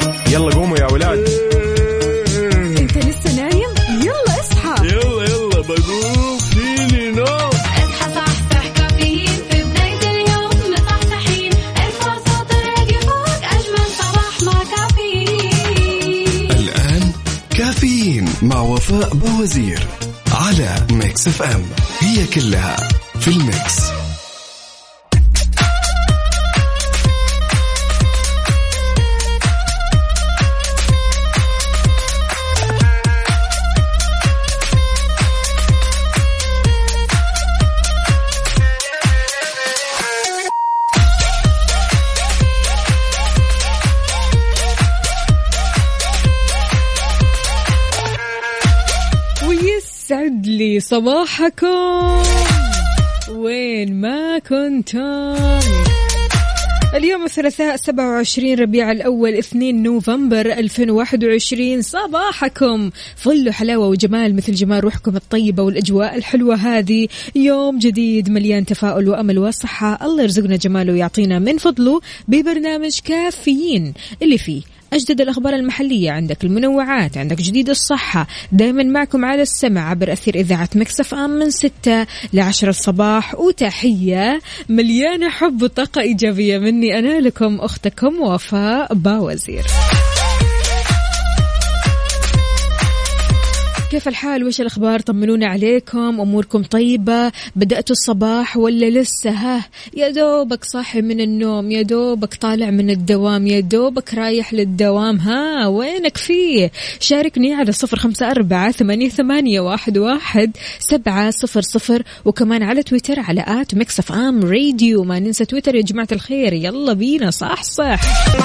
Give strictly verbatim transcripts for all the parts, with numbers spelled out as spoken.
يلا قوموا يا ولاد. انت لسه نايم؟ يلا اصحى. يلا يلا بقوم فيني نوم. اصحى صحصح كافيين في بداية اليوم مصحصحين. ارفع صوت الراديو فوق أجمل صباح مع كافيين. الآن كافيين مع وفاء بوزير على ميكس اف ام. هي كلها في الميكس. يسعد لي صباحكم وين ما كنتم. اليوم الثلاثاء سبعة وعشرين ربيع الأول اثنين نوفمبر ألفين وواحد وعشرين. صباحكم فل حلاوة وجمال مثل جمال روحكم الطيبة والأجواء الحلوة هذه. يوم جديد مليان تفاؤل وأمل وصحة. الله يرزقنا جماله ويعطينا من فضله ببرنامج كافيين اللي فيه أجدد الأخبار المحلية، عندك المنوعات، عندك جديد الصحة. دايما معكم على السمع عبر أثير إذاعة ميكس اف ام من ستة لعشرة الصباح. وتحية مليانة حب وطاقة إيجابية مني أنا لكم أختكم وفاء باوزير. كيف الحال؟ وش الأخبار؟ طمنونا عليكم. أموركم طيبة؟ بدأتوا الصباح ولا لسه؟ ها يا دوبك صاحي من النوم، يا دوبك طالع من الدوام، يا دوبك رايح للدوام. ها وينك فيه؟ شاركني على صفر خمسة أربعة ثمانية ثمانية واحد واحد سبعة صفر صفر، وكمان على تويتر على آت ميكس اف ام راديو. ما ننسى تويتر يا جماعة الخير. يلا بينا صح صح.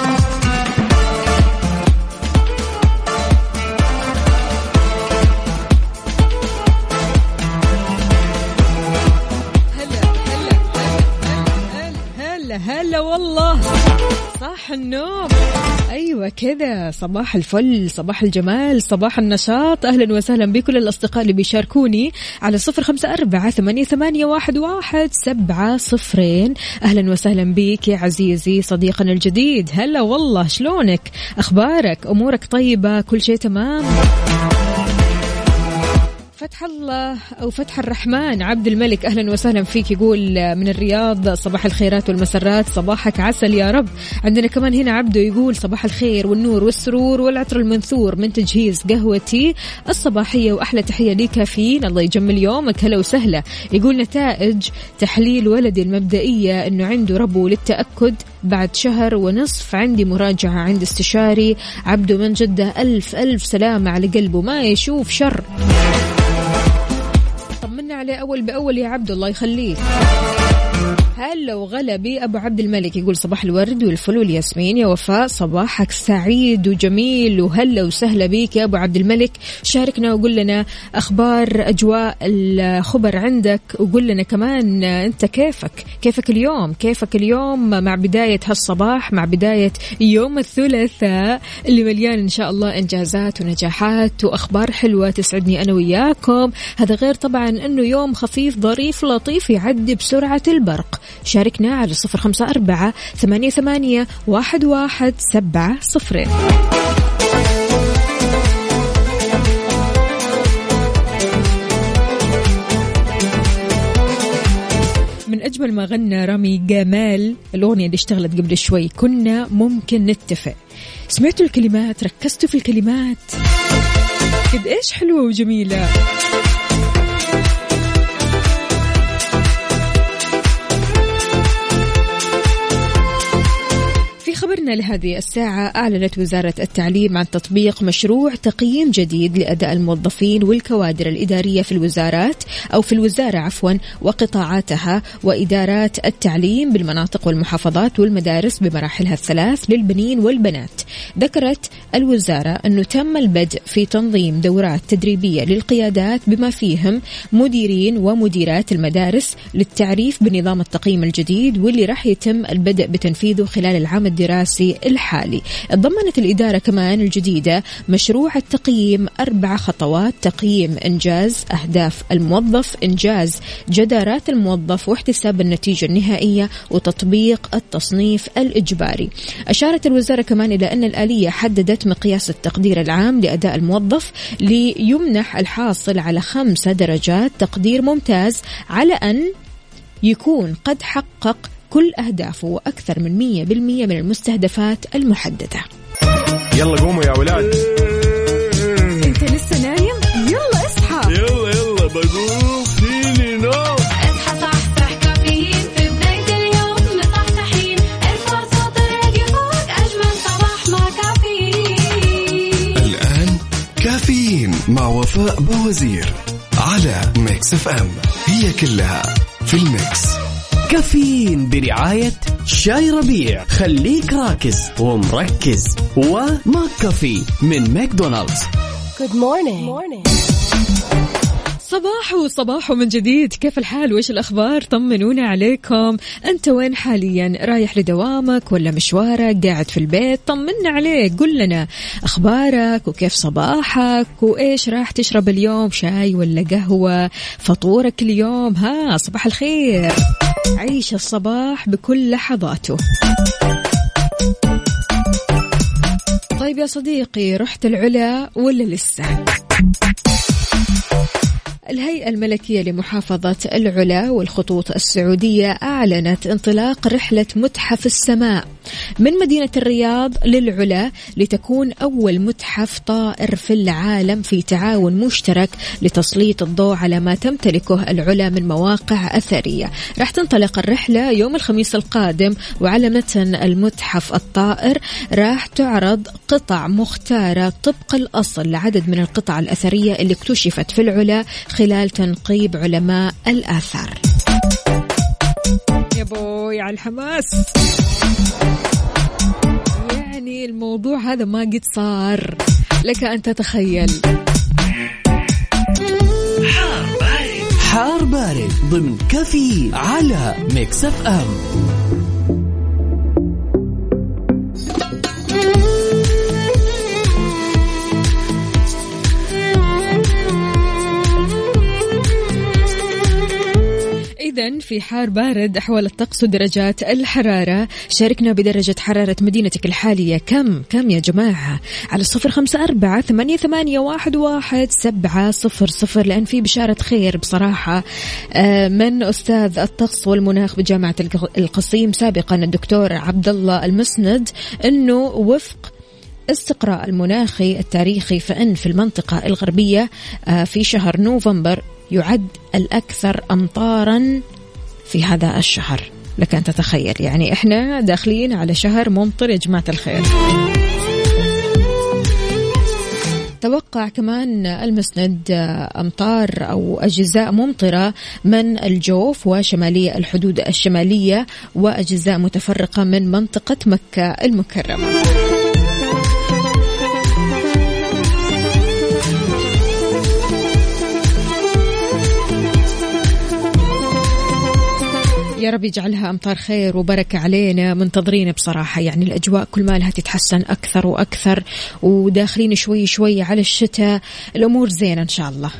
هلا والله صح النوم. أيوة كذا، صباح الفل، صباح الجمال، صباح النشاط. أهلا وسهلا بكل الأصدقاء اللي بيشاركوني على صفر خمسة أربعة ثمانية ثمانية واحد واحد سبعة صفرين. أهلا وسهلا بك يا عزيزي صديقنا الجديد. هلا والله، شلونك؟ أخبارك؟ أمورك طيبة؟ كل شيء تمام؟ فتح الله أو فتح الرحمن عبد الملك أهلا وسهلا فيك، يقول من الرياض صباح الخيرات والمسرات، صباحك عسل يا رب. عندنا كمان هنا عبده يقول صباح الخير والنور والسرور والعطر المنثور من تجهيز قهوتي الصباحية، وأحلى تحية لي كافيين، الله يجمل يومك. هلا وسهلا. يقول نتائج تحليل ولدي المبدئية أنه عنده ربو، للتأكد بعد شهر ونصف عندي مراجعة عند استشاري. عبده من جدة ألف ألف سلامة على قلبه، ما يشوف شر. طمنا عليه أول بأول يا عبد، الله يخليك. هلا وغلبي أبو عبد الملك يقول صباح الورد والفل والياسمين يا وفاء، صباحك سعيد وجميل، وهلا وسهلا بيك يا أبو عبد الملك. شاركنا وقول لنا أخبار أجواء الخبر عندك، وقول لنا كمان أنت كيفك كيفك اليوم كيفك اليوم مع بداية هالصباح، مع بداية يوم الثلاثاء اللي مليان إن شاء الله إنجازات ونجاحات وأخبار حلوة تسعدني أنا وياكم. هذا غير طبعا أنه يوم خفيف ظريف لطيف يعدي بسرعة البرق. شاركنا على صفر خمسة أربعة ثمانية ثمانية واحد واحد سبعة صفرين. من أجمل ما غنى رامي جمال الأغنية اللي اشتغلت قبل شوي، كنا ممكن نتفق. سمعتوا الكلمات؟ ركزتوا في الكلمات؟ قد إيش حلوة وجميلة. خبرنا لهذه الساعة، أعلنت وزارة التعليم عن تطبيق مشروع تقييم جديد لأداء الموظفين والكوادر الإدارية في الوزارات أو في الوزارة عفوا وقطاعاتها وإدارات التعليم بالمناطق والمحافظات والمدارس بمراحلها الثلاث للبنين والبنات. ذكرت الوزارة أنه تم البدء في تنظيم دورات تدريبية للقيادات بما فيهم مديرين ومديرات المدارس للتعريف بنظام التقييم الجديد، واللي راح يتم البدء بتنفيذه خلال العام الدراسي الدراسي الحالي. ضمنت الإدارة كمان الجديدة مشروع التقييم أربع خطوات: تقييم إنجاز أهداف الموظف، إنجاز جدارات الموظف، واحتساب النتيجة النهائية، وتطبيق التصنيف الإجباري. أشارت الوزارة كمان إلى أن الآلية حددت مقياس التقدير العام لأداء الموظف ليمنح الحاصل على خمسة درجات تقدير ممتاز على أن يكون قد حقق كل أهدافه وأكثر من مية بالمية من المستهدفات المحددة. يلا قوموا يا ولاد. أنت لسه نايم؟ يلا اصحى. يلا يلا بقوم فيني نوم. اصحى صحصح كافيين في بداية اليوم مصحصحين. ارفع صوت الراديو فوق أجمل صباح مع كافيين. الآن كافيين مع وفاء بوزير على ميكس اف ام، هي كلها في الميكس. كافيين برعاية شاي ربيع، خليك راكز ومركز، وماك كافي من ماكدونالدز. Good morning. morning. صباح وصباح من جديد. كيف الحال وإيش الأخبار؟ طمنونا عليكم. أنت وين حاليا؟ رايح لدوامك ولا مشوارك؟ قاعد في البيت؟ طمنا عليك، قل لنا أخبارك وكيف صباحك وإيش راح تشرب اليوم، شاي ولا قهوة؟ فطورك اليوم؟ ها، صباح الخير. عيش الصباح بكل لحظاته. طيب يا صديقي، رحت العلا ولا لسه؟ الهيئة الملكية لمحافظة العلا والخطوط السعودية أعلنت انطلاق رحلة متحف السماء من مدينة الرياض للعلا، لتكون أول متحف طائر في العالم في تعاون مشترك لتسليط الضوء على ما تمتلكه العلا من مواقع أثرية. راح تنطلق الرحلة يوم الخميس القادم، وعلى متن المتحف الطائر راح تعرض قطع مختارة طبق الأصل لعدد من القطع الأثرية اللي اكتشفت في العلا خلال تنقيب علماء الآثار. يا بوي على الحماس، يعني الموضوع هذا ما قد صار لك أن تتخيل. حار بارد، حار بارد ضمن كافي على ميكس اف ام. إذن في حار بارد أحوال الطقس ودرجات الحرارة. شاركنا بدرجة حرارة مدينتك الحالية. كم كم يا جماعة؟ على صفر خمسة أربعة ثمانية ثمانية واحد واحد سبعة صفر صفر، لأن في بشارة خير بصراحة من أستاذ الطقس والمناخ بجامعة القصيم سابقا الدكتور عبد الله المسند، أنه وفق استقراء المناخي التاريخي فإن في المنطقة الغربية في شهر نوفمبر يعد الأكثر أمطاراً في هذا الشهر. لك أن تتخيل، يعني إحنا داخلين على شهر ممطر يا جماعة الخير. توقع كمان المسند أمطار أو أجزاء ممطرة من الجوف وشمالية الحدود الشمالية وأجزاء متفرقة من منطقة مكة المكرمة. يا رب يجعلها أمطار خير وبركة علينا. منتظرين بصراحة، يعني الأجواء كل ما لها تتحسن أكثر وأكثر، وداخلين شوي شوي على الشتاء، الأمور زينة إن شاء الله.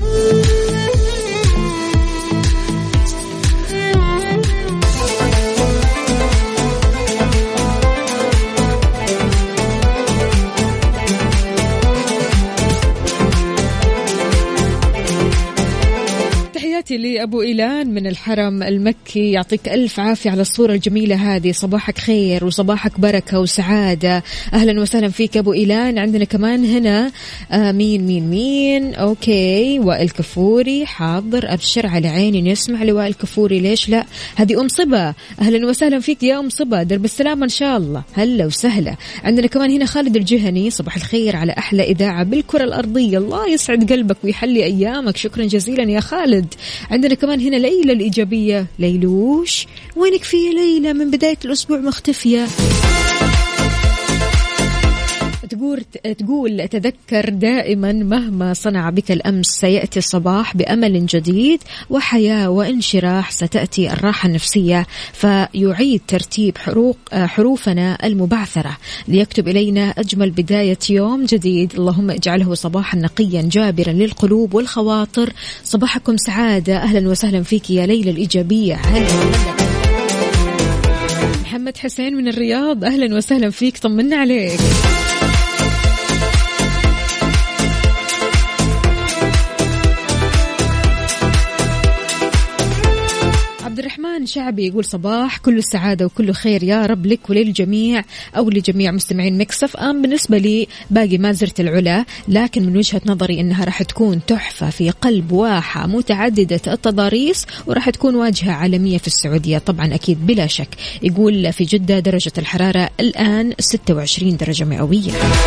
لأبو إيلان من الحرم المكي، يعطيك ألف عافية على الصورة الجميلة هذه. صباحك خير وصباحك بركة وسعادة. أهلا وسهلا فيك أبو إيلان. عندنا كمان هنا آه مين مين مين أوكي، وائل كفوري حاضر، أبشر على عيني نسمع لوائل كفوري، ليش لا. هذه أم صبا، أهلا وسهلا فيك يا أم صبا، درب السلامة إن شاء الله، هلا وسهلا. عندنا كمان هنا خالد الجهني، صباح الخير على أحلى إذاعة بالكرة الأرضية، الله يسعد قلبك ويحلي أيامك، شكرا جزيلا يا خالد. عندنا كمان هنا ليلى الإيجابية، ليلوش وينك في ليلى؟ من بداية الأسبوع مختفية. تقول تقول تقول تذكر دائما مهما صنع بك الأمس سيأتي الصباح بأمل جديد وحياة وانشراح، ستأتي الراحة النفسية فيعيد ترتيب حروق حروفنا المبعثرة ليكتب إلينا أجمل بداية يوم جديد. اللهم اجعله صباحا نقيا جابرا للقلوب والخواطر. صباحكم سعادة. أهلا وسهلا فيك يا ليلى الإيجابية. هلا محمد حسين من الرياض، أهلا وسهلا فيك، طمنا عليك. عبد الرحمن شعبي يقول صباح كل السعادة وكل خير يا رب لك وللجميع أو لجميع مستمعين ميكس اف ام. بالنسبة لي باقي ما زرت العلا، لكن من وجهة نظري إنها راح تكون تحفة في قلب واحة متعددة التضاريس، وراح تكون واجهة عالمية في السعودية طبعا أكيد بلا شك. يقول في جدة درجة الحرارة الآن ستة وعشرين درجة مئوية.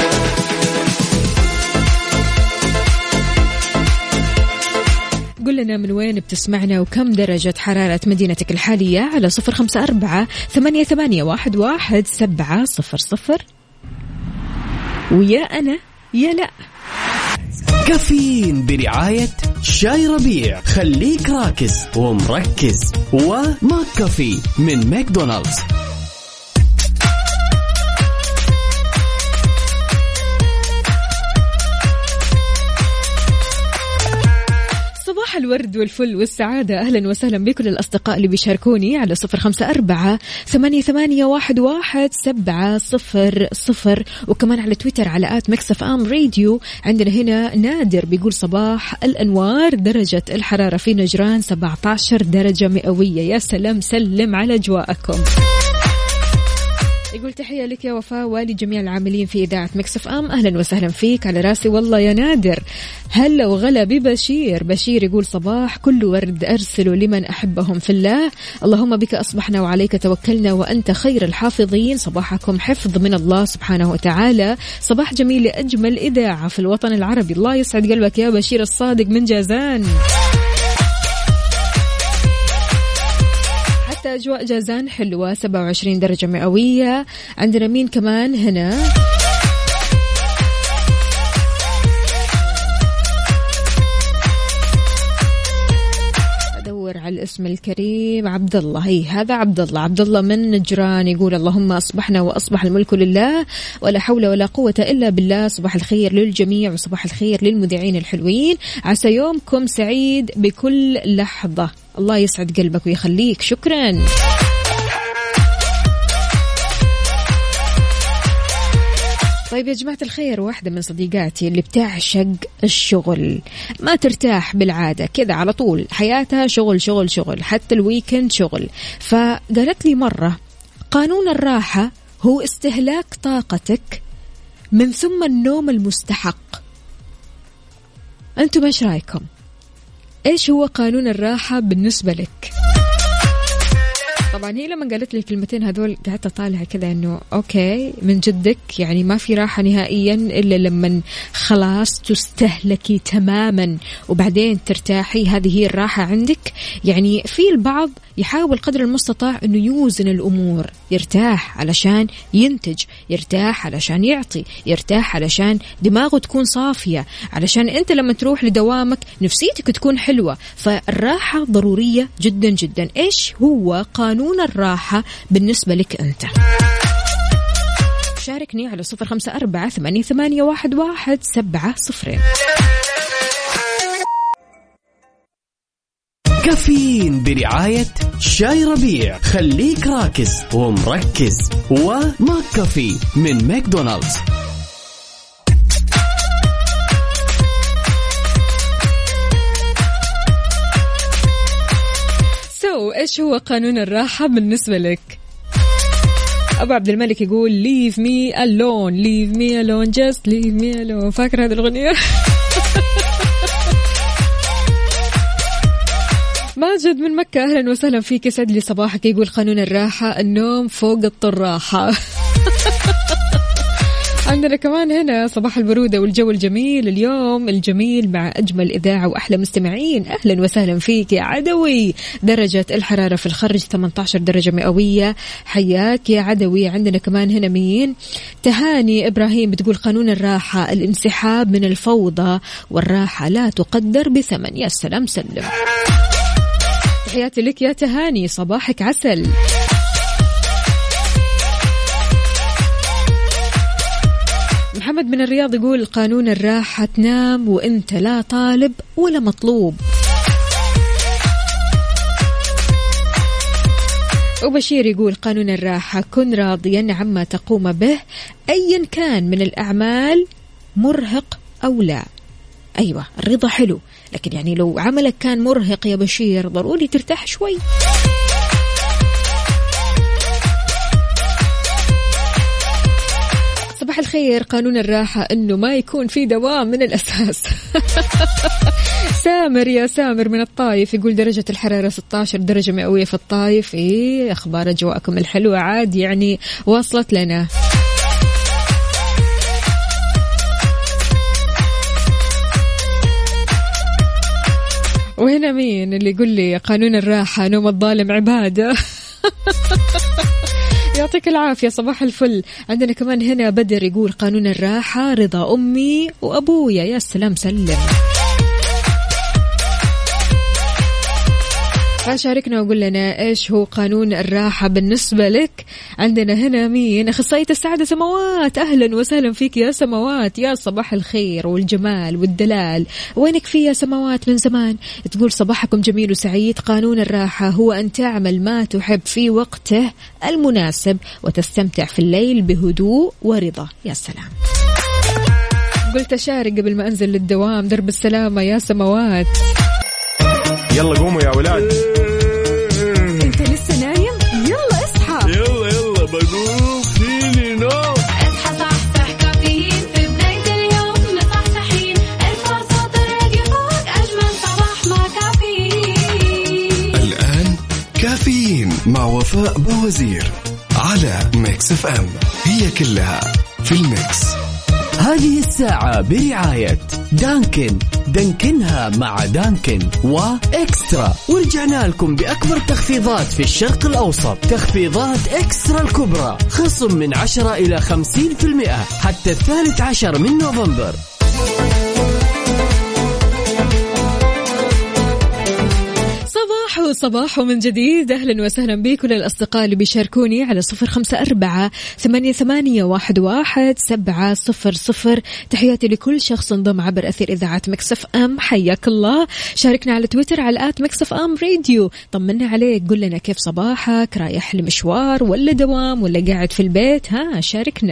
قل لنا من وين بتسمعنا وكم درجة حرارة مدينتك الحالية على صفر خمسة أربعة ثمانية ثمانية واحد واحد سبعة صفر صفر. ويا أنا يا لا. كافيين برعاية شاي ربيع، خليك راكز ومركز، وماك كافي من ماكدونالدز. صباح الورد والفل والسعادة. أهلا وسهلا بكل الأصدقاء اللي بيشاركوني على صفر خمسة أربعة ثمانية ثمانية واحد واحد سبعة صفر صفر، وكمان على تويتر على آت ميكس اف ام راديو. عندنا هنا نادر بيقول صباح الأنوار، درجة الحرارة في نجران سبعة عشر درجة مئوية. يا سلام، سلم على أجواءكم. يقول تحية لك يا وفاء ولجميع العاملين في إذاعة ميكس اف ام. أهلا وسهلا فيك، على راسي والله يا نادر. هلا وغلا ببشير. بشير يقول صباح كل ورد أرسل لمن أحبهم في الله، اللهم بك أصبحنا وعليك توكلنا وأنت خير الحافظين. صباحكم حفظ من الله سبحانه وتعالى. صباح جميل لأجمل إذاعة في الوطن العربي. الله يسعد قلبك يا بشير الصادق من جازان. أجواء جازان حلوة سبعة وعشرين درجة مئوية. عندنا مين كمان هنا؟ أدور على الاسم الكريم. عبد الله. هي هذا عبد الله. عبد الله من نجران يقول اللهم أصبحنا وأصبح الملك لله ولا حول ولا قوة إلا بالله. صباح الخير للجميع وصباح الخير للمذيعين الحلوين. عسى يومكم سعيد بكل لحظة. الله يسعد قلبك ويخليك. شكرا. طيب يا جماعة الخير، واحدة من صديقاتي اللي بتعشق الشغل، ما ترتاح بالعادة كذا، على طول حياتها شغل شغل شغل، حتى الويكند شغل. فقالت لي مرة قانون الراحة هو استهلاك طاقتك من ثم النوم المستحق. أنتم إيش رأيكم؟ إيش هو قانون الراحة بالنسبة لك؟ طبعا هي لما قالت لي الكلمتين هذول قعدت أطالع كذا إنه أوكي من جدك، يعني ما في راحة نهائيا إلا لما خلاص تستهلكي تماما وبعدين ترتاحي، هذه هي الراحة عندك. يعني في البعض يحاول قدر المستطاع إنه يوزن الأمور، يرتاح علشان ينتج، يرتاح علشان يعطي، يرتاح علشان دماغه تكون صافية، علشان أنت لما تروح لدوامك نفسيتك تكون حلوة. فالراحة ضرورية جدا جدا. إيش هو قانون الراحة بالنسبة لك أنت؟ شاركني على صفر خمسة أربعة ثمانية ثمانية واحد واحد سبعة صفرين. كافيين برعاية شاي ربيع، خليك راكز ومركز، وماك كافي من ماكدونالدز. سو إيش هو قانون الراحة بالنسبة لك؟ أبو عبد الملك يقول leave me alone leave me alone just leave me alone. فاكر هذه الأغنية؟ ماجد من مكة أهلا وسهلا فيك، يسعد لي صباحك. يقول قانون الراحة النوم فوق الطراحة. عندنا كمان هنا صباح البرودة والجو الجميل اليوم الجميل مع أجمل إذاعة وأحلى مستمعين. أهلا وسهلا فيك يا عدوي. درجة الحرارة في الخرج ثمانية عشر درجة مئوية. حياك يا عدوي. عندنا كمان هنا مين؟ تهاني إبراهيم بتقول قانون الراحة الانسحاب من الفوضى والراحة لا تقدر بثمن. يا سلام سلم. تحياتي لك يا تهاني صباحك عسل. محمد من الرياض يقول قانون الراحة تنام وانت لا طالب ولا مطلوب. وبشير يقول قانون الراحة كن راضيا عما تقوم به أيا كان من الأعمال مرهق أو لا. أيوة الرضا حلو، لكن يعني لو عملك كان مرهق يا بشير ضروري ترتاح شوي. صباح الخير. قانون الراحة أنه ما يكون في دوام من الأساس. سامر يا سامر من الطايف يقول درجة الحرارة ستة عشر درجة مئوية في الطايف. إيه أخبار أجواءكم الحلوة عاد يعني واصلت لنا. وهنا مين اللي يقول لي قانون الراحة نوم الظالم عبادة. يعطيك العافية صباح الفل. عندنا كمان هنا بدر يقول قانون الراحة رضا أمي وأبويا. يا سلام سلم. فشاركنا وقول لنا إيش هو قانون الراحة بالنسبة لك. عندنا هنا مين؟ أخصائية السعادة سماوات. أهلا وسهلا فيك يا سماوات. يا صباح الخير والجمال والدلال. وينك في يا سماوات من زمان؟ تقول صباحكم جميل وسعيد. قانون الراحة هو أن تعمل ما تحب في وقته المناسب وتستمتع في الليل بهدوء ورضا. يا سلام. قلت أشارك قبل ما أنزل للدوام. درب السلامة يا سماوات. يلا قوموا يا ولاد. انت لسه نايم؟ يلا اصحى. يلا يلا بقوم فيني نوم. اصحى صحصح كافيين في بداية اليوم مصحصحين. ارفع صوت الراديو فوق أجمل صباح مع كافيين. الآن كافيين مع وفاء بوزير على ميكس اف ام. هي كلها في الميكس. هذه الساعة برعاية دانكن. دانكنها مع دانكن وإكسترا. ورجعنا لكم بأكبر تخفيضات في الشرق الأوسط. تخفيضات إكسترا الكبرى. خصم من عشرة إلى خمسين في المئة حتى الثالث عشر من نوفمبر. صباح صباح من جديد. أهلا وسهلا بكل الأصدقاء اللي بيشاركوني على صفر خمسة أربعة ثمانية ثمانية واحد واحد سبعة صفر صفر. تحياتي لكل شخص انضم عبر أثير إذاعة ميكس اف ام. حياك الله. شاركنا على تويتر على آت ميكس اف ام راديو. طمنا عليك. قل لنا كيف صباحك. رايح لمشوار ولا دوام ولا قاعد في البيت؟ ها شاركنا.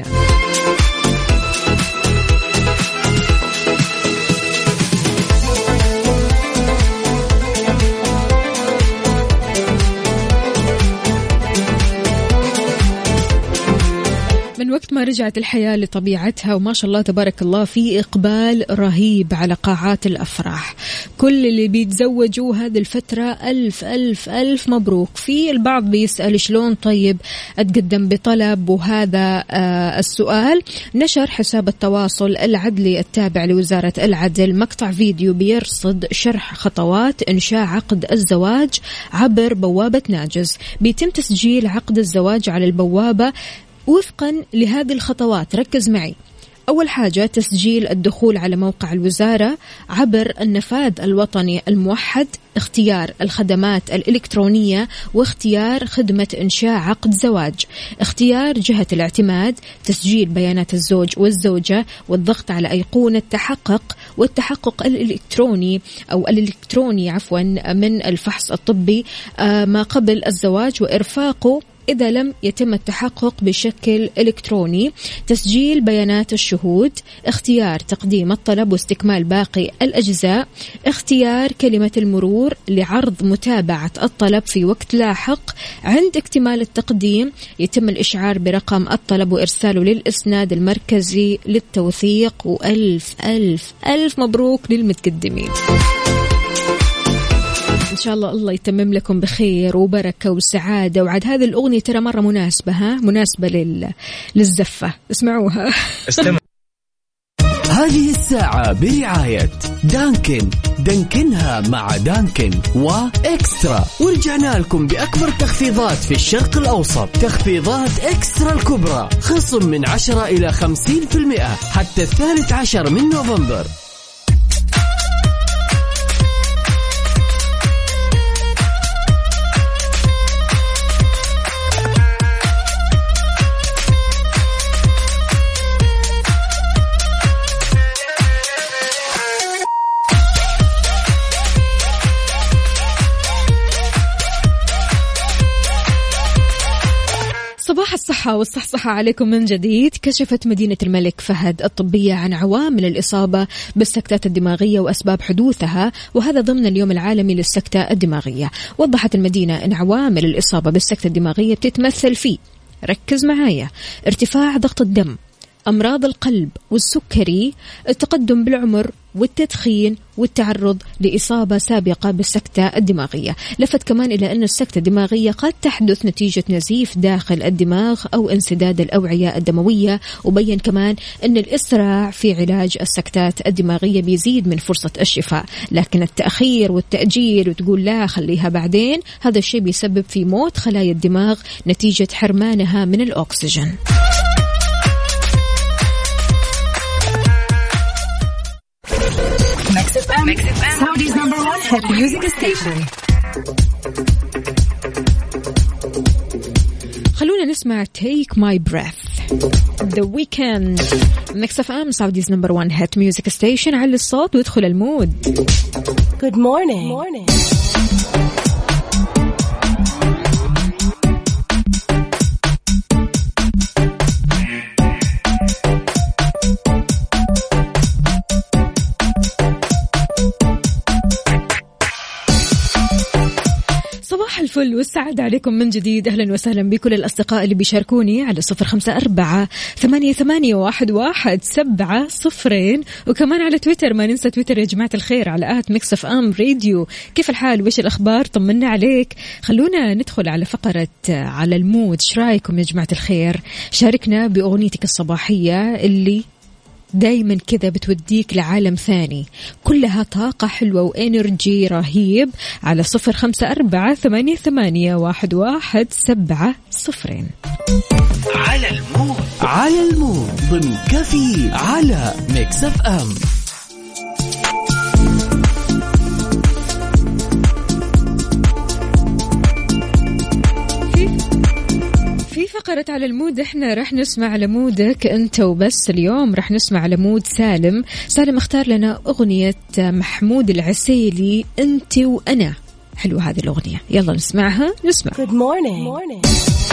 من وقت ما رجعت الحياة لطبيعتها وما شاء الله تبارك الله في إقبال رهيب على قاعات الأفراح. كل اللي بيتزوجوا هذه الفترة ألف ألف ألف مبروك. في البعض بيسأل شلون طيب أتقدم بطلب، وهذا آه السؤال نشر حساب التواصل العدلي التابع لوزارة العدل مقطع فيديو بيرصد شرح خطوات إنشاء عقد الزواج عبر بوابة ناجز. بيتم تسجيل عقد الزواج على البوابة وفقا لهذه الخطوات. ركز معي. أول حاجة تسجيل الدخول على موقع الوزارة عبر النفاذ الوطني الموحد، اختيار الخدمات الإلكترونية واختيار خدمة إنشاء عقد زواج، اختيار جهة الاعتماد، تسجيل بيانات الزوج والزوجة والضغط على أيقونة تحقق والتحقق الإلكتروني أو الإلكتروني عفوا من الفحص الطبي ما قبل الزواج وإرفاقه إذا لم يتم التحقق بشكل إلكتروني، تسجيل بيانات الشهود، اختيار تقديم الطلب واستكمال باقي الأجزاء، اختيار كلمة المرور لعرض متابعة الطلب في وقت لاحق. عند اكتمال التقديم يتم الإشعار برقم الطلب وإرساله للإسناد المركزي للتوثيق. وألف ألف ألف مبروك للمتقدمين. إن شاء الله الله يتمم لكم بخير وبركة وسعادة. وعد هذه الأغنية ترى مرة مناسبة، ها مناسبة لل... للزفة، اسمعوها. استمع. هذه الساعة برعاية دانكن، دانكنها مع دانكن وإكسترا. ورجعنا لكم بأكبر تخفيضات في الشرق الأوسط، تخفيضات إكسترا الكبرى، خصم من عشرة إلى خمسين في المئة حتى الثالث عشر من نوفمبر. صباح الصحة والصحصحة عليكم من جديد. كشفت مدينة الملك فهد الطبية عن عوامل الإصابة بالسكتات الدماغية وأسباب حدوثها، وهذا ضمن اليوم العالمي للسكتة الدماغية. وضحت المدينة أن عوامل الإصابة بالسكتة الدماغية بتتمثل في، ركز معايا، ارتفاع ضغط الدم، أمراض القلب والسكري، التقدم بالعمر والتدخين، والتعرض لإصابة سابقة بالسكتة الدماغية. لفت كمان إلى أن السكتة الدماغية قد تحدث نتيجة نزيف داخل الدماغ أو انسداد الأوعية الدموية. وبين كمان أن الإسراع في علاج السكتات الدماغية بيزيد من فرصة الشفاء، لكن التأخير والتأجيل وتقول لا خليها بعدين، هذا الشيء بيسبب في موت خلايا الدماغ نتيجة حرمانها من الأكسجين. Mix إف إم, Saudi's number one hit music station. خلونا نسمع Take My Breath The Weeknd. Mix إف إم, Saudi's number one hit music station. على الصوت وادخل المود. Good morning. Good morning. صباح الفل والسعادة عليكم من جديد. أهلا وسهلا بكل الأصدقاء اللي بيشاركوني على صفر خمسة أربعة ثمانية ثمانية واحد واحد سبعة صفرين، وكمان على تويتر، ما ننسى تويتر يا جماعة الخير على آت ميكس إف إم راديو. كيف الحال وإيش الأخبار؟ طمنا عليك. خلونا ندخل على فقرة على المود. ايش رايكم يا جماعة الخير؟ شاركنا بأغنيتك الصباحية اللي دايما كذا بتوديك لعالم ثاني، كلها طاقة حلوة وإنرجي رهيب، على صفر خمسة أربعة ثمانية ثمانية واحد واحد سبعة صفرين. على المود، على المود ضمن كفي على ميكس إف إم. في فقرة على المود احنا راح نسمع على مودك انت وبس. اليوم راح نسمع على مود سالم. سالم اختار لنا اغنية محمود العسيلي انت وانا. حلوة هذه الاغنية، يلا نسمعها. نسمع Good morning. Good morning.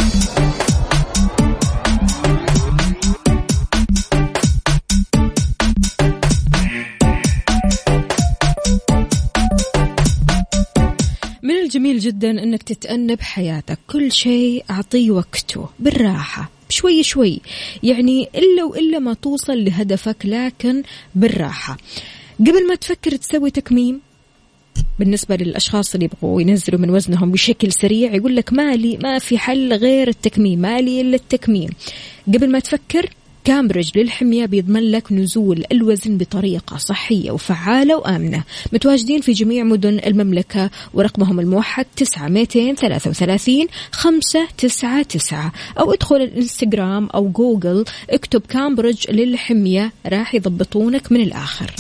من الجميل جدا أنك تتأنب حياتك، كل شيء أعطيه وقته بالراحة شوي شوي، يعني إلا وإلا ما توصل لهدفك، لكن بالراحة. قبل ما تفكر تسوي تكميم، بالنسبة للأشخاص اللي يبغوا ينزلوا من وزنهم بشكل سريع، يقول لك مالي ما في حل غير التكميم، مالي إلا التكميم. قبل ما تفكر، كامبريدج للحمية بيضمن لك نزول الوزن بطريقة صحية وفعالة وآمنة. متواجدين في جميع مدن المملكة، ورقمهم الموحد تسعة مئتين ثلاثة وثلاثين خمسة تسعة تسعة، أو ادخل الانستغرام أو جوجل اكتب كامبريدج للحمية، راح يضبطونك من الآخر.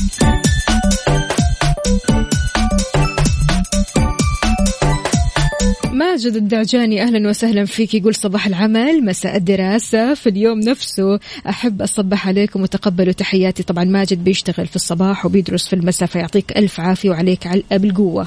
ماجد الدعجاني أهلا وسهلا فيك، يقول صباح العمل مساء الدراسة في اليوم نفسه، أحب أصبح عليكم وتقبلوا تحياتي. طبعا ماجد بيشتغل في الصباح وبيدرس في المساء، فيعطيك ألف عافية وعليك علقة بالقوة.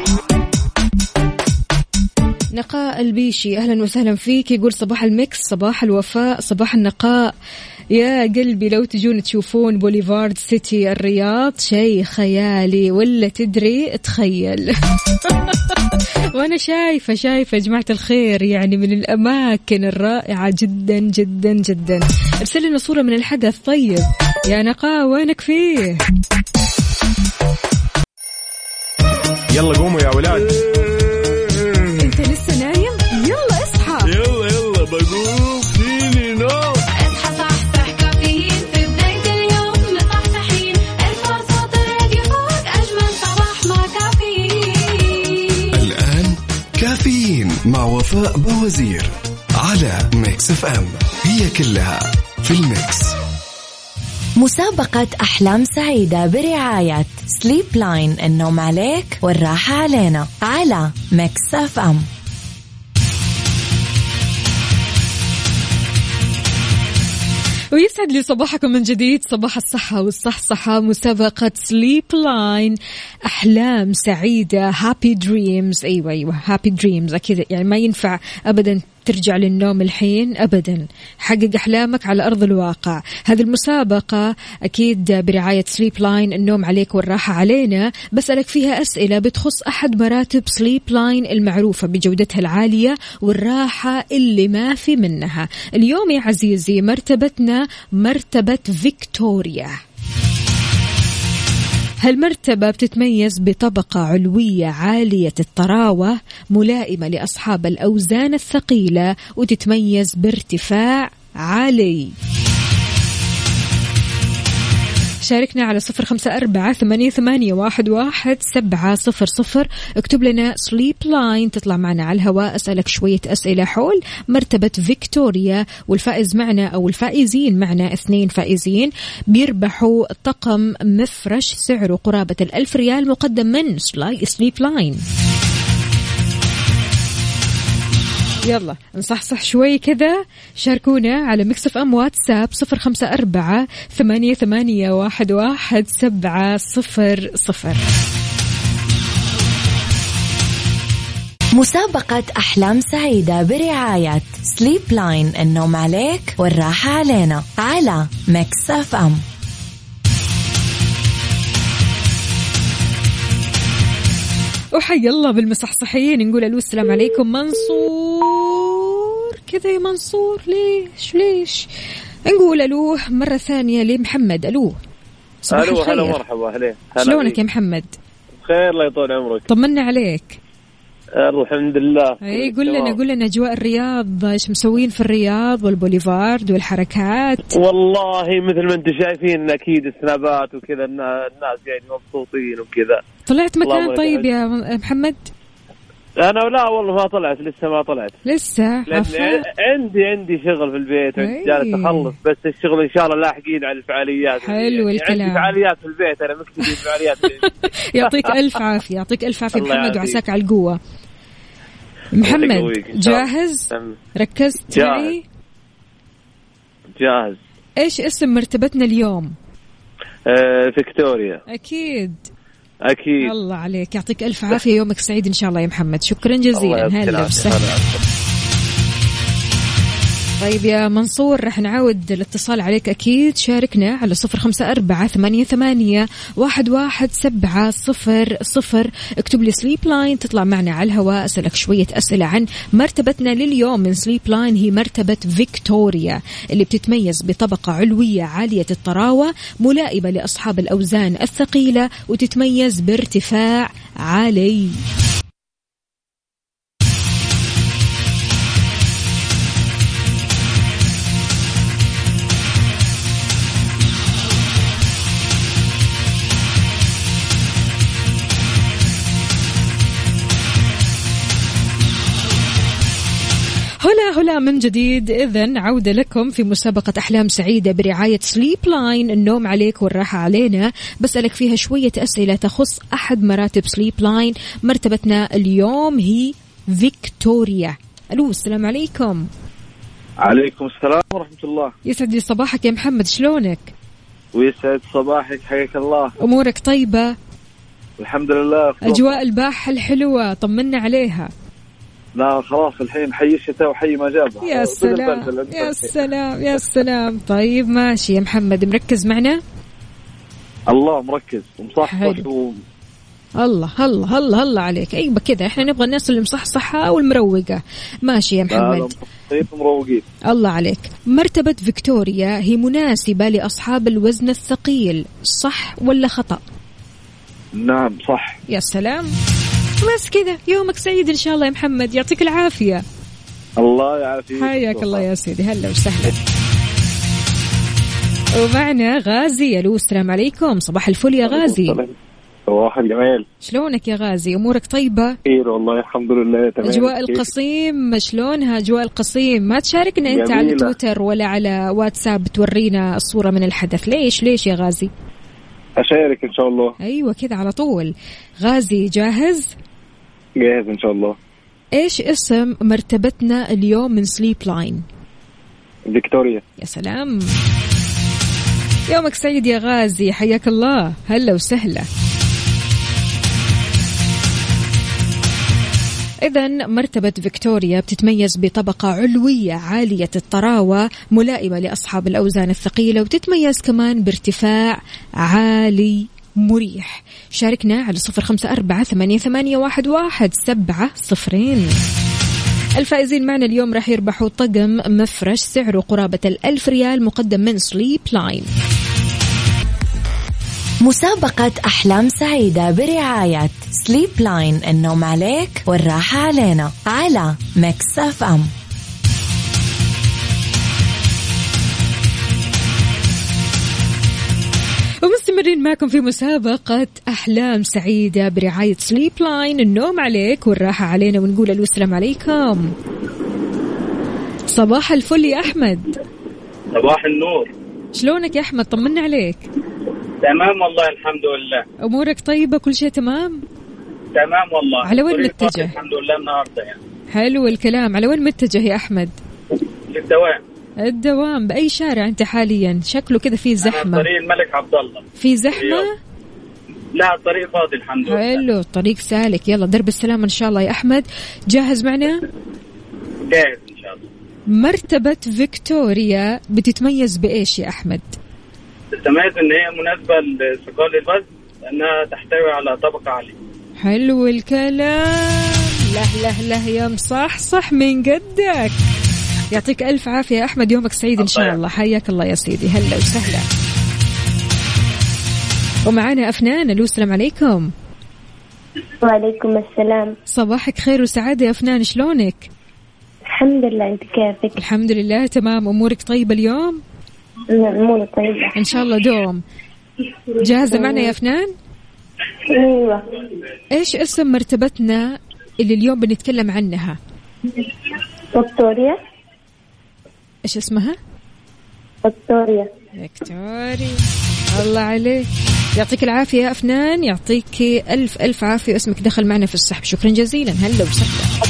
نقاء البيشي أهلا وسهلا فيك، يقول صباح الميكس، صباح الوفاء، صباح النقاء. يا قلبي لو تجون تشوفون بوليفارد سيتي الرياض شيء خيالي، ولا تدري تخيل. وأنا شايفة شايفة يا جماعة الخير، يعني من الأماكن الرائعة جدا جدا جدا. ارسل لنا صورة من الحدث. طيب يا نقاء وينك فيه؟ يلا قوموا يا ولاد. انت لسه نايم؟ يلا اصحى. يلا يلا بقوم فيني نو. اصحى صحصح كافيين في بداية اليوم مصحصحين ارفع صوت الراديو فوق أجمل صباح مع كافيين. الآن كافيين مع وفاء بوزير على ميكس اف ام، هي كلها في الميكس. مسابقة أحلام سعيدة برعاية سليب لاين، النوم عليك والراحة علينا، على ميكس اف ام. ويسعد لي صباحكم من جديد، صباح الصحة والصحصحة. مسابقة سليب لاين، أحلام سعيدة، هابي دريمز. أيوة أيوة هابي دريمز. أكيد يعني ما ينفع أبدا ترجع للنوم الحين أبدا، حقق أحلامك على أرض الواقع. هذه المسابقة أكيد برعاية سليب لاين، النوم عليك والراحة علينا. بسألك فيها أسئلة بتخص أحد مراتب سليب لاين المعروفة بجودتها العالية والراحة اللي ما في منها. اليوم يا عزيزي مرتبتنا مرتبة فيكتوريا. هالمرتبة بتتميز بطبقة علوية عالية الطراوة ملائمة لأصحاب الأوزان الثقيلة، وتتميز بارتفاع عالي. شاركنا على صفر خمسة أربعة ثمانية ثمانية واحد واحد سبعة صفر صفر. اكتب لنا سليب لاين تطلع معنا على الهواء. أسألك شوية أسئلة حول مرتبة فيكتوريا، والفائز معنا أو الفائزين معنا اثنين فائزين بيربحوا طقم مفرش سعره قرابة الألف ريال مقدم من سليب لاين. يلا نصحصح شوي كذا. شاركونا على ميكس اف ام واتساب صفر خمسة أربعة ثمانية ثمانية واحد واحد سبعة صفر صفر. مسابقة أحلام سعيدة برعاية سليب لاين، النوم عليك والراحة علينا، على ميكس اف ام. وحي الله بالمصحصحين. نقول ألو السلام عليكم منصور كذا يا منصور. ليش ليش نقول ألو مرة ثانية لمحمد. ألو صباح الو. الخير. هلا مرحبا. هلا شلونك يا محمد؟ بخير الله يطول عمرك. طمنا عليك. الحمد لله. اي قل لنا قل لنا اجواء الرياض، ايش مسوين في الرياض والبوليفارد والحركات؟ والله مثل ما انتم شايفين اكيد السنابات وكذا الناس يعني مبسوطين وكذا. طلعت مكان طيب يا محمد؟ انا لا والله ما طلعت لسه ما طلعت لسه. عندي عندي شغل في البيت جالس اخلص بس الشغل ان شاء الله لاحقين على الفعاليات. حلو يعني الكلام. عندي فعاليات في البيت انا مكتبي فعاليات. يعطيك الف عافيه. يعطيك الف عافيه محمد وعساك على القوه. محمد جاهز؟ ركزت معي؟ جاهز. ايش اسم مرتبتنا اليوم؟ آه فيكتوريا. اكيد أكيد. الله عليك. يعطيك ألف عافية، يومك سعيد إن شاء الله يا محمد. شكرا جزيلا. هلا وسهلا. طيب يا منصور رح نعاود الاتصال عليك أكيد. شاركنا على صفر خمسة أربعة ثمانية ثمانية واحد واحد سبعة صفر صفر. اكتب لي سليب لاين تطلع معنا على الهواء. أسألك شوية أسئلة عن مرتبتنا لليوم من سليب لاين. هي مرتبة فيكتوريا اللي بتتميز بطبقة علوية عالية الطراوة ملائمة لأصحاب الأوزان الثقيلة، وتتميز بارتفاع عالي. هلا هلا من جديد. إذن عودة لكم في مسابقة أحلام سعيدة برعاية سليب لاين، النوم عليك والراحة علينا. بسألك فيها شوية أسئلة تخص أحد مراتب سليب لاين. مرتبتنا اليوم هي فيكتوريا. ألو السلام عليكم. عليكم السلام ورحمة الله. يسعد لي صباحك يا محمد، شلونك؟ ويسعد صباحك، حياك الله. أمورك طيبة؟ الحمد لله. أجواء الباحة الحلوة طمنا عليها. لا خلاص الحين حي الشتاء وحي ما جابه. يا سلام يا سلام يا سلام. طيب ماشي يا محمد، مركز معنا؟ الله مركز ومصحصح و... الله الله الله الله عليك. ايوه كذا احنا نبغى الناس اللي مصحصحة والمروقة. ماشي يا محمد. مروقين. الله عليك. مرتبة فيكتوريا هي مناسبة لأصحاب الوزن الثقيل، صح ولا خطأ؟ نعم صح. يا سلام. بس كذا يومك سعيد إن شاء الله يا محمد. يعطيك العافية. الله يعافيك. حياك الله يا سيدي. هلا وسهلا. ومعنا غازي. الو السلام عليكم. صباح الفل يا غازي. صباح الجمال. شلونك يا غازي؟ أمورك طيبة؟ خير والله الحمد لله تمام. أجواء القصيم شلونها؟ أجواء القصيم ما تشاركنا أنت جميلة. على تويتر ولا على واتساب تورينا الصورة من الحدث؟ ليش ليش يا غازي؟ أشارك إن شاء الله. أيوة كذا على طول. غازي جاهز؟ جاهز إن شاء الله. إيش اسم مرتبتنا اليوم من سليب لاين؟ فيكتوريا. يا سلام. يومك سعيد يا غازي. حياك الله. هلا وسهلا. إذن مرتبة فيكتوريا بتتميز بطبقة علوية عالية الطراوة ملائمة لأصحاب الأوزان الثقيلة، وتتميز كمان بارتفاع عالي مريح. شاركنا على صفر خمسة أربعة ثمانية ثمانية واحد واحد سبعة صفرين. الفائزين معنا اليوم راح يربحوا طقم مفرش سعره قرابة الألف ريال مقدم من سليب لاين. مسابقة أحلام سعيدة برعاية سليب لاين، النوم عليك والراحة علينا، على ميكس اف ام. ومستمرين معكم في مسابقة أحلام سعيدة برعاية سليب لاين، النوم عليك والراحة علينا، ونقول ألو السلام عليكم. صباح الفل يا أحمد. صباح النور. شلونك يا أحمد؟ طمنا عليك. تمام والله الحمد لله. أمورك طيبة؟ كل شيء تمام؟ تمام والله. على وين متجه؟ الحمد لله النهارده يعني. حلو الكلام. على وين متجه يا أحمد؟ للدوام. الدوام. بأي شارع أنت حاليا؟ شكله كذا في زحمة. طريق الملك عبد الله. في زحمة؟ لا الطريق فاضي الحمد لله. حلو الطريق سالك. يلا درب السلام إن شاء الله يا أحمد. جاهز معنا؟ جاهز إن شاء الله. مرتبة فيكتوريا بتتميز بإيش يا أحمد؟ تتميز إن هي مناسبة لثقال الوزن لأنها تحتوي على طبقة عالية. حلو الكلام. له له له يا مصحصح من قدك. يعطيك ألف عافية يا أحمد. يومك سعيد إن شاء الله. حياك الله يا سيدي. هلا وسهلا. ومعانا أفنان. ألو السلام عليكم. وعليكم السلام. صباحك خير وسعادة يا أفنان. شلونك؟ الحمد لله. أنت كيفك؟ الحمد لله تمام. أمورك طيبة اليوم؟ أموري طيبة إن شاء الله دوم. جاهزة معنا يا أفنان؟ أيوة. إيش اسم مرتبتنا اللي اليوم بنتكلم عنها؟ فيكتوريا. إيش اسمها؟ فيكتوريا. فيكتوريا. الله عليك. يعطيك العافية يا أفنان. يعطيك ألف ألف عافية. واسمك دخل معنا في السحب. شكرا جزيلا. هلا وسهلا.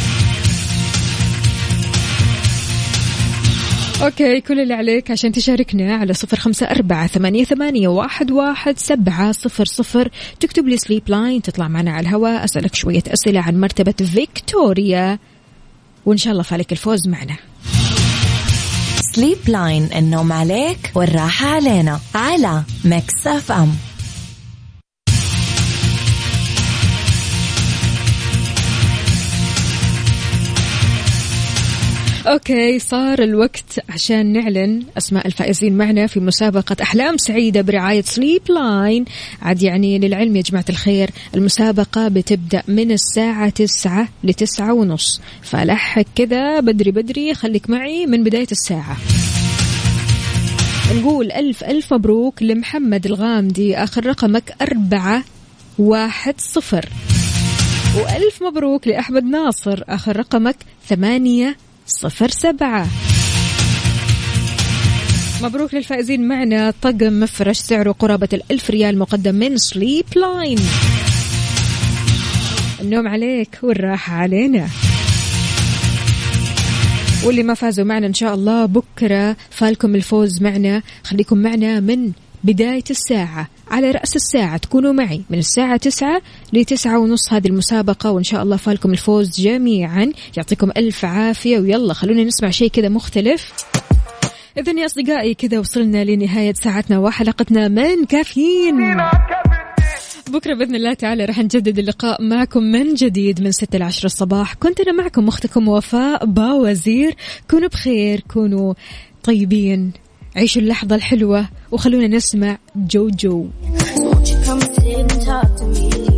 أوكي كل اللي عليك عشان تشاركنا على صفر خمسة أربعة ثمانية ثمانية واحد واحد سبعة صفر صفر. تكتب لي سليب لاين تطلع معنا على الهواء. أسألك شوية أسئلة عن مرتبة فيكتوريا وإن شاء الله فالك الفوز معنا. سليب لاين، النوم عليك والراحة علينا، على ميكس اف ام. أوكي صار الوقت عشان نعلن أسماء الفائزين معنا في مسابقة أحلام سعيدة برعاية سليب لاين. عاد يعني للعلم يا جماعة الخير المسابقة بتبدأ من الساعة تسعة لتسعة ونص، فلحق كذا بدري بدري. خليك معي من بداية الساعة. نقول ألف ألف مبروك لمحمد الغامدي آخر رقمك أربعة واحد صفر، وألف مبروك لأحمد ناصر آخر رقمك ثمانية صفر سبعة. مبروك للفائزين معنا طقم مفرش سعره قرابة الألف ريال مقدم من سليب لاين. النوم عليك والراحة علينا. واللي ما فازوا معنا إن شاء الله بكرة فالكم الفوز معنا. خليكم معنا من بداية الساعة، على رأس الساعة تكونوا معي من الساعة تسعة لتسعة ونص هذه المسابقة، وإن شاء الله فالكم الفوز جميعا. يعطيكم ألف عافية. ويلا خلونا نسمع شيء كذا مختلف. إذن يا أصدقائي كذا وصلنا لنهاية ساعتنا وحلقتنا من كافيين. بكرة بإذن الله تعالى رح نجدد اللقاء معكم من جديد من ستة لعشرة الصباح. كنت أنا معكم أختكم وفاء باوزير. كونوا بخير، كونوا طيبين، عيشوا اللحظة الحلوة، وخلونا نسمع جو جو.